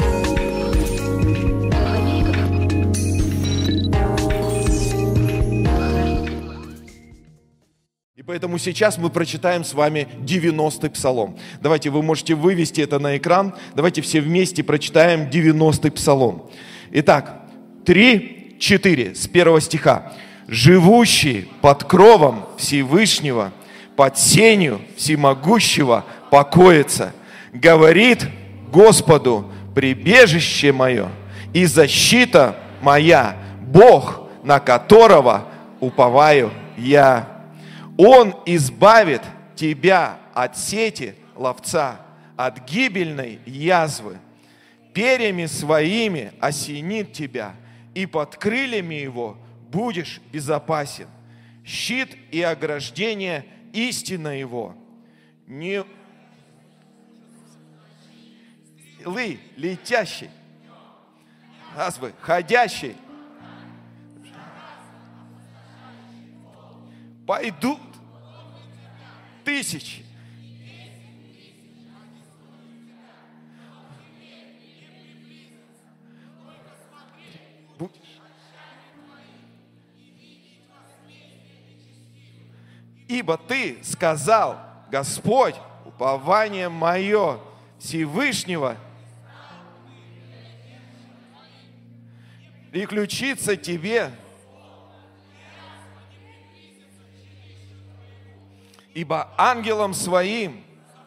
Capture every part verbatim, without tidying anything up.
И поэтому сейчас мы прочитаем с вами девяностый псалом. Давайте, вы можете вывести это на экран. Давайте все вместе прочитаем девяностый псалом. Итак, три, четыре с первого стиха. «Живущий под кровом Всевышнего, под сенью Всемогущего покоится, говорит Господу, прибежище мое и защита моя, Бог, на которого уповаю я. Он избавит тебя от сети ловца, от гибельной язвы. Перьями своими осенит тебя, и под крыльями его будешь безопасен. Щит и ограждение истина его. Не лы, летящий, азбы, ходящий. Пойдут тысячи. Ибо ты сказал, Господь, упование мое Всевышнего, и ключица тебе, ибо ангелом своим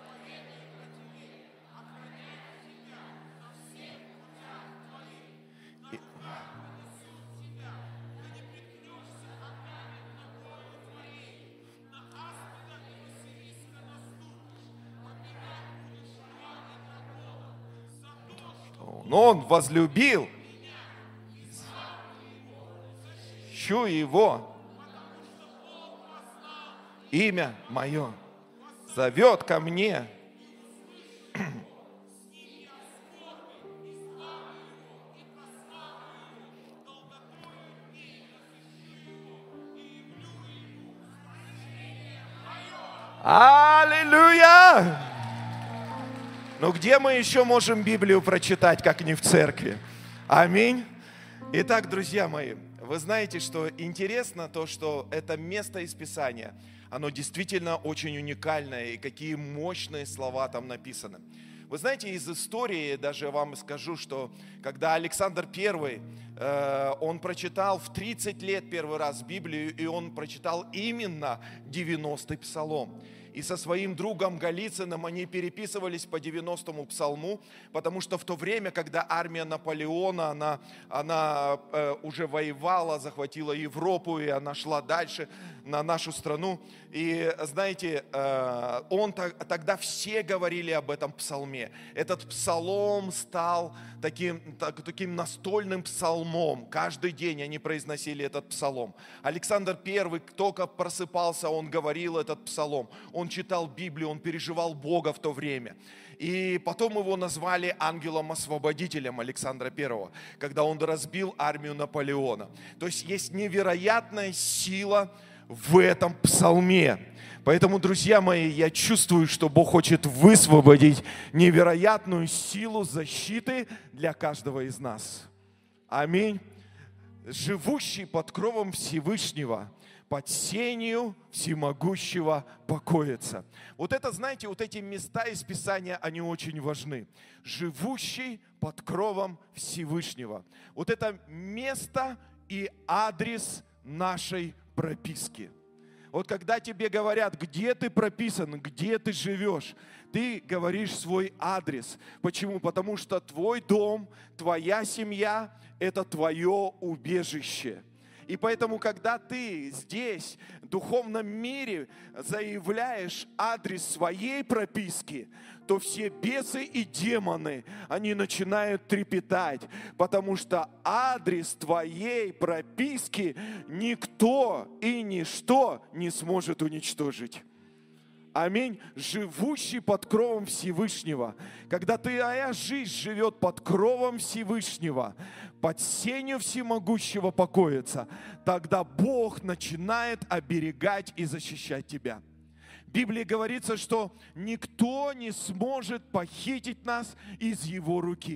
но он возлюбил, ищу его, имя мое зовет ко мне. Аллилуйя! Но где мы еще можем Библию прочитать, как не в церкви? Аминь. Итак, друзья мои, вы знаете, что интересно то, что это место из Писания, оно действительно очень уникальное, и какие мощные слова там написаны. Вы знаете, из истории даже вам скажу, что когда Александр Первый, э, он прочитал в тридцать лет первый раз Библию, и он прочитал именно девяностый псалом. И со своим другом Голицыным они переписывались по девяностому псалму, потому что в то время, когда армия Наполеона, она, она э, уже воевала, захватила Европу, и она шла дальше на нашу страну. И знаете, э, он, тогда все говорили об этом псалме. Этот псалом стал таким, так, таким настольным псалмом. Каждый день они произносили этот псалом. Александр Первый только просыпался, он говорил этот псалом. Он читал Библию, он переживал Бога в то время. И потом его назвали ангелом-освободителем Александра Первого, когда он разбил армию Наполеона. То есть есть невероятная сила в этом псалме. Поэтому, друзья мои, я чувствую, что Бог хочет высвободить невероятную силу защиты для каждого из нас. Аминь. Живущий под кровом Всевышнего, под сенью Всемогущего покоится. Вот это, знаете, вот эти места из Писания, они очень важны. Живущий под кровом Всевышнего. Вот это место и адрес нашей прописки. Вот когда тебе говорят, где ты прописан, где ты живешь, ты говоришь свой адрес. Почему? Потому что твой дом, твоя семья – это твое убежище. И поэтому, когда ты здесь, в духовном мире, заявляешь адрес своей прописки, то все бесы и демоны, они начинают трепетать, потому что адрес твоей прописки никто и ничто не сможет уничтожить. Аминь. Живущий под кровом Всевышнего. Когда твоя жизнь живет под кровом Всевышнего, под сенью Всемогущего покоится, тогда Бог начинает оберегать и защищать тебя. В Библии говорится, что никто не сможет похитить нас из Его руки.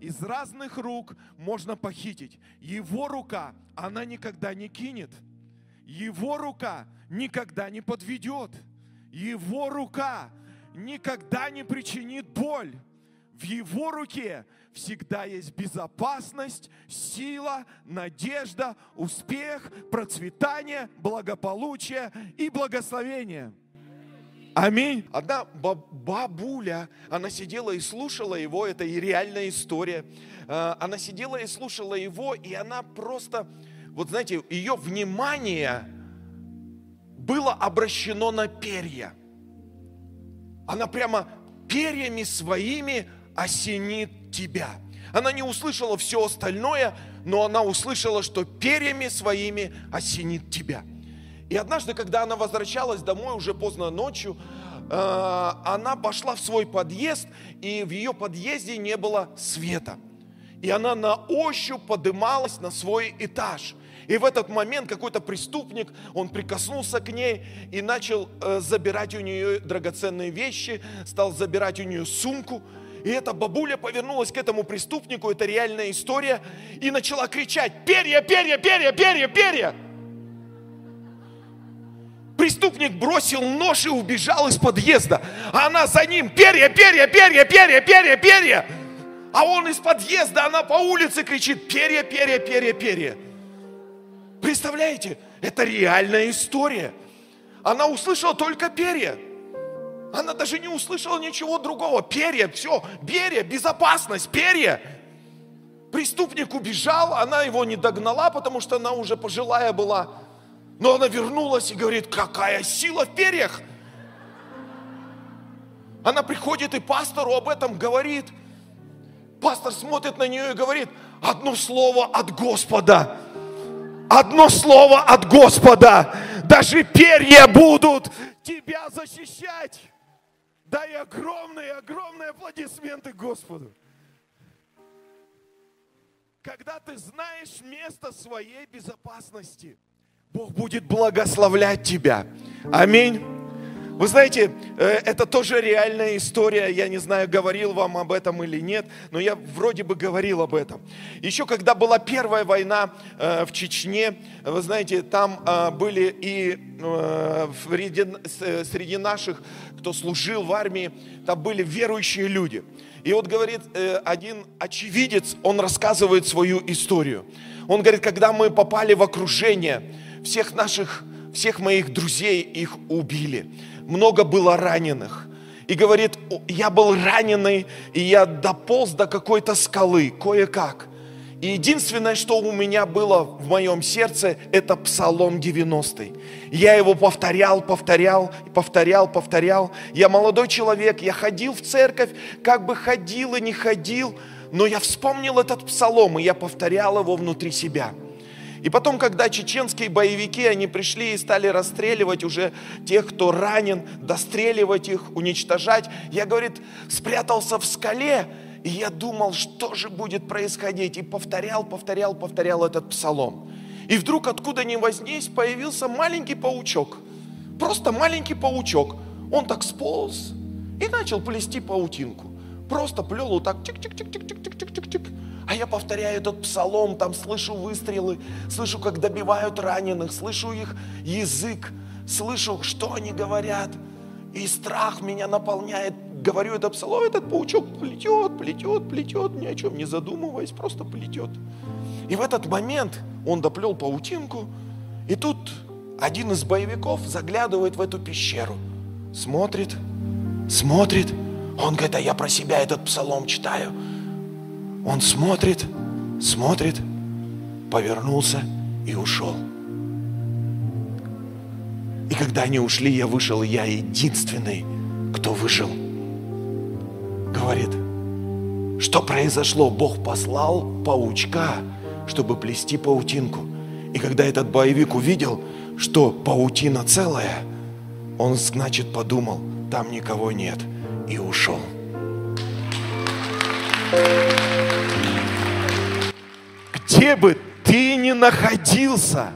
из разных рук можно похитить. Его рука, она никогда не кинет. Его рука никогда не подведет. Его рука никогда не причинит боль. В Его руке всегда есть безопасность, сила, надежда, успех, процветание, благополучие и благословение. Аминь. Одна бабуля, она сидела и слушала его, это и реальная история. Она сидела и слушала его, и она просто, вот знаете, ее внимание было обращено на перья. Она прямо перьями своими осенит тебя. Она не услышала все остальное, но она услышала, что перьями своими осенит тебя. И однажды, когда она возвращалась домой уже поздно ночью, э, она пошла в свой подъезд, и в ее подъезде не было света. И она на ощупь подымалась на свой этаж. И в этот момент какой-то преступник, он прикоснулся к ней и начал э, забирать у нее драгоценные вещи, стал забирать у нее сумку. И эта бабуля повернулась к этому преступнику, это реальная история, и начала кричать: «Перья, перья, перья, перья, перья!» Преступник бросил нож и убежал из подъезда, а она за ним: «Перья, перья, перья, перья, перья, перья!» А он из подъезда, она по улице кричит: «Перья, перья, перья, перья!» Представляете, это реальная история. Она услышала только перья. Она даже не услышала ничего другого. Перья, все, перья, безопасность, перья. Преступник убежал, она его не догнала, потому что она уже пожилая была. Но она вернулась и говорит: какая сила в перьях. Она приходит и пастору об этом говорит. Пастор смотрит на нее и говорит: одно слово от Господа. Одно слово от Господа. Даже перья будут тебя защищать. Дай огромные, огромные аплодисменты Господу. Когда ты знаешь место своей безопасности, Бог будет благословлять тебя. Аминь. Вы знаете, это тоже реальная история. Я не знаю, говорил вам об этом или нет, но я вроде бы говорил об этом. Еще когда была первая война в Чечне, вы знаете, там были и среди наших, кто служил в армии, там были верующие люди. И вот говорит один очевидец, он рассказывает свою историю. Он говорит: когда мы попали в окружение, всех наших, всех моих друзей их убили. Много было раненых. И говорит: я был раненый, и я дополз до какой-то скалы, кое-как. И единственное, что у меня было в моем сердце, это Псалом девяностый. Я его повторял, повторял, повторял, повторял. Я молодой человек, я ходил в церковь, как бы ходил и не ходил, но я вспомнил этот псалом, и я повторял его внутри себя. И потом, когда чеченские боевики, они пришли и стали расстреливать уже тех, кто ранен, достреливать их, уничтожать, я, говорит, спрятался в скале, и я думал, что же будет происходить. И повторял, повторял, повторял этот псалом. И вдруг, откуда ни возьмись, появился маленький паучок. Просто маленький паучок. Он так сполз и начал плести паутинку. Просто плел вот так, чик-чик-чик-чик-чик-чик-чик-чик. А я повторяю этот псалом, там слышу выстрелы, слышу, как добивают раненых, слышу их язык, слышу, что они говорят. И страх меня наполняет. Говорю этот псалом, этот паучок плетет, плетет, плетет, ни о чем не задумываясь, просто плетет. И в этот момент он доплел паутинку, и тут один из боевиков заглядывает в эту пещеру, смотрит, смотрит. Он говорит: а я про себя этот псалом читаю. Он смотрит, смотрит, повернулся и ушел. И когда они ушли, я вышел, и я единственный, кто выжил. Говорит: что произошло? Бог послал паучка, чтобы плести паутинку. И когда этот боевик увидел, что паутина целая, он, значит, подумал: там никого нет, и ушел. Где бы ты ни находился,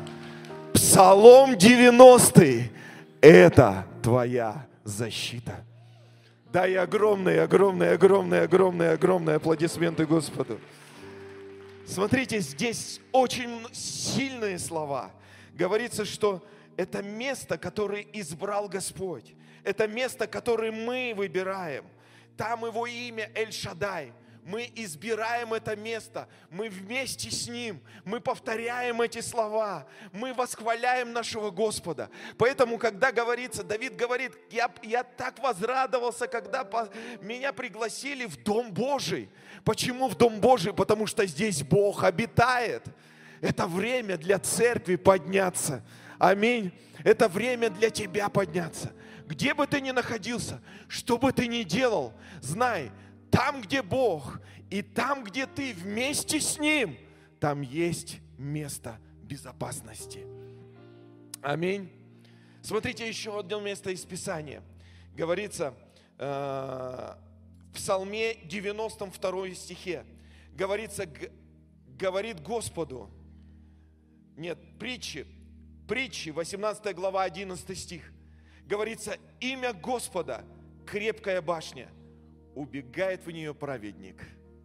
Псалом девяностый – это твоя защита. Дай огромные, огромные, огромные, огромные, огромные аплодисменты Господу. Смотрите, здесь очень сильные слова. Говорится, что это место, которое избрал Господь. Это место, которое мы выбираем. Там Его имя Эль-Шаддай. Мы избираем это место, мы вместе с Ним, мы повторяем эти слова, мы восхваляем нашего Господа. Поэтому, когда говорится, Давид говорит, я, я так возрадовался, когда по, меня пригласили в Дом Божий. Почему в Дом Божий? Потому что здесь Бог обитает. Это время для церкви подняться. Аминь. Это время для тебя подняться. Где бы ты ни находился, что бы ты ни делал, знай, там, где Бог, и там, где ты вместе с Ним, там есть место безопасности. Аминь. Смотрите, еще одно место из Писания. Говорится э, в Псалме девяносто втором стихе. Говорится, г- говорит Господу. Нет, притчи. Притчи, восемнадцатая глава, одиннадцатый стих. Говорится, имя Господа – крепкая башня. Убегает в нее праведник.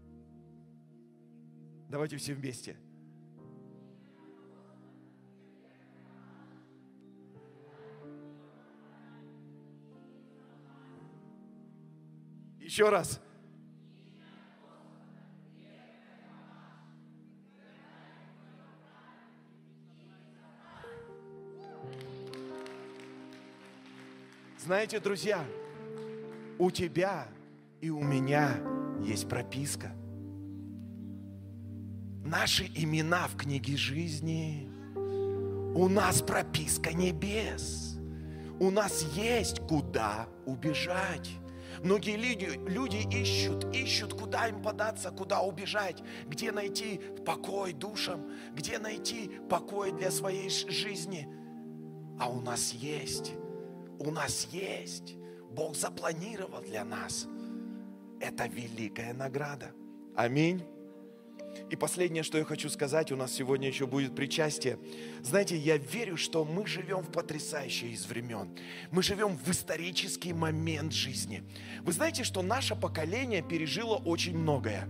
Давайте все вместе. Еще раз. Знаете, друзья, у тебя и у меня есть прописка. Наши имена в книге жизни. У нас прописка небес. У нас есть куда убежать. Многие люди, люди ищут, ищут, куда им податься, куда убежать, где найти покой душам, где найти покой для своей жизни. А у нас есть, у нас есть. Бог запланировал для нас. Это великая награда. Аминь. И последнее, что я хочу сказать, у нас сегодня еще будет причастие. Знаете, я верю, что мы живем в потрясающее из времен. Мы живем в исторический момент жизни. Вы знаете, что наше поколение пережило очень многое.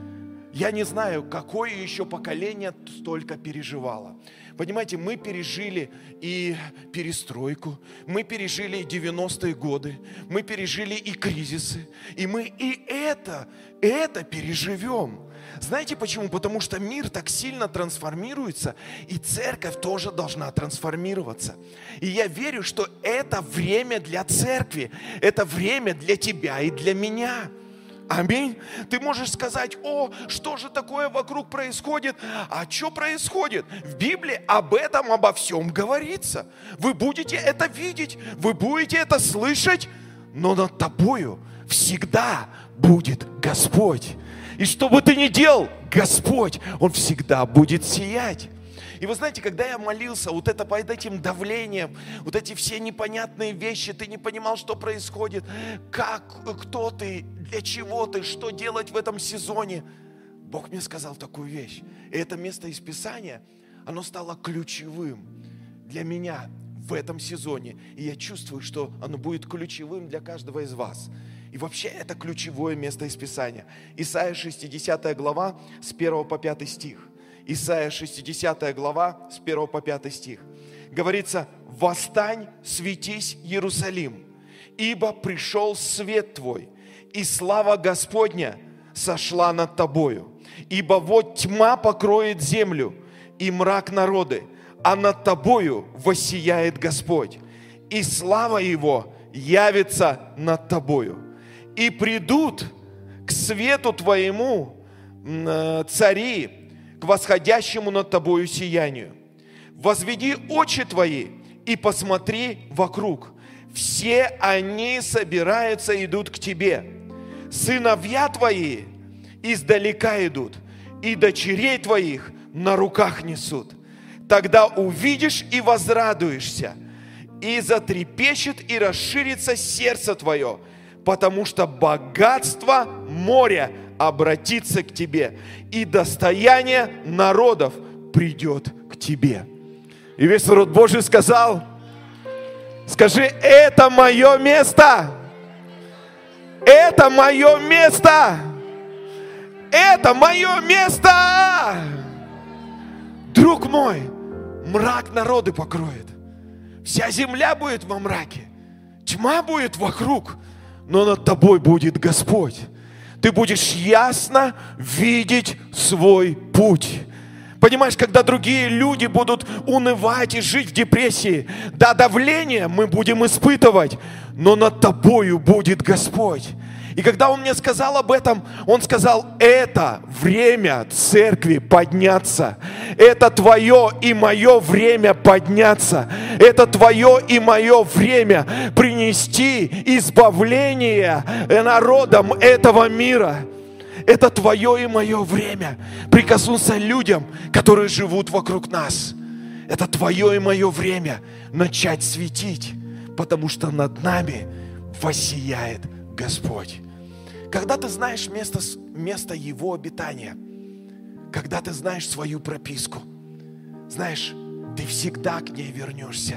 Я не знаю, какое еще поколение столько переживало. Понимаете, мы пережили и перестройку, мы пережили и девяностые годы, мы пережили и кризисы, и мы и это, это переживем. Знаете почему? Потому что мир так сильно трансформируется, и церковь тоже должна трансформироваться. И я верю, что это время для церкви, это время для тебя и для меня. Аминь. Ты можешь сказать, о, что же такое вокруг происходит? А что происходит? В Библии об этом, обо всем говорится. Вы будете это видеть, вы будете это слышать, но над тобою всегда будет Господь. И что бы ты ни делал, Господь, Он всегда будет сиять. И вы знаете, когда я молился, вот это под этим давлением, вот эти все непонятные вещи, ты не понимал, что происходит, как, кто ты, для чего ты, что делать в этом сезоне. Бог мне сказал такую вещь. И это место из Писания, оно стало ключевым для меня в этом сезоне. И я чувствую, что оно будет ключевым для каждого из вас. И вообще это ключевое место из Писания. Исайя шестидесятая глава с первого по пятый стих. Исайя шестидесятая глава с первого по пятый стих. Говорится, «Восстань, светись, Иерусалим, ибо пришел свет твой, и слава Господня сошла над тобою. Ибо вот тьма покроет землю, и мрак народы, а над тобою воссияет Господь, и слава Его явится над тобою. И придут к свету твоему цари, к восходящему над тобою сиянию. Возведи очи твои и посмотри вокруг. Все они собираются, идут к тебе. Сыновья твои издалека идут, и дочерей твоих на руках несут. Тогда увидишь и возрадуешься, и затрепещет и расширится сердце твое, потому что богатство моря обратится к тебе, и достояние народов придет к тебе. И весь народ Божий сказал, скажи, это мое место. Это мое место. Это мое место. Друг мой, мрак народы покроет. Вся земля будет во мраке. Тьма будет вокруг, но над тобой будет Господь. Ты будешь ясно видеть свой путь. Понимаешь, когда другие люди будут унывать и жить в депрессии, да, давление мы будем испытывать, но над тобою будет Господь. И когда он мне сказал об этом, он сказал: это время церкви подняться. Это твое и мое время подняться. Это твое и мое время принести избавление народам этого мира. Это твое и мое время прикоснуться людям, которые живут вокруг нас. Это твое и мое время начать светить, потому что над нами воссияет Господь. Когда ты знаешь место, место Его обитания, когда ты знаешь свою прописку, знаешь, ты всегда к ней вернешься.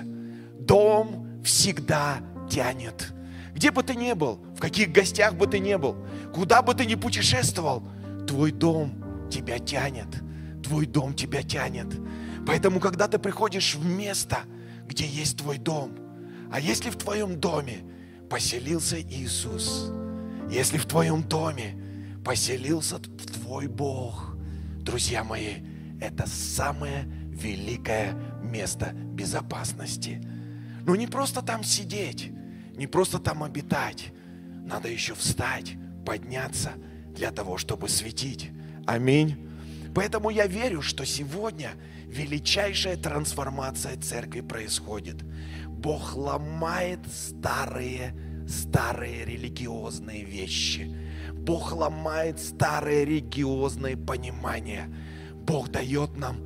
Дом всегда тянет. Где бы ты ни был, в каких гостях бы ты ни был, куда бы ты ни путешествовал, твой дом тебя тянет. Твой дом тебя тянет. Поэтому, когда ты приходишь в место, где есть твой дом, а если в твоем доме поселился Иисус, если в твоем доме поселился твой Бог, друзья мои, это самое великое место безопасности. Но не просто там сидеть, не просто там обитать. Надо еще встать, подняться для того, чтобы светить. Аминь. Поэтому я верю, что сегодня величайшая трансформация церкви происходит. Бог ломает старые, старые религиозные вещи. Бог ломает старые религиозные понимания. Бог дает нам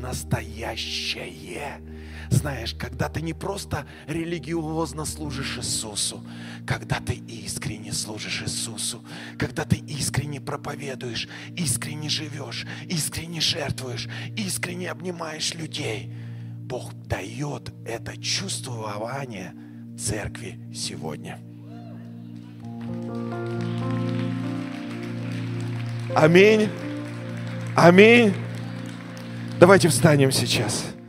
настоящее. Знаешь, когда ты не просто религиозно служишь Иисусу, когда ты искренне служишь Иисусу, когда ты искренне проповедуешь, искренне живешь, искренне жертвуешь, искренне обнимаешь людей, Бог дает это чувствование церкви сегодня. Аминь. Аминь. Давайте встанем сейчас.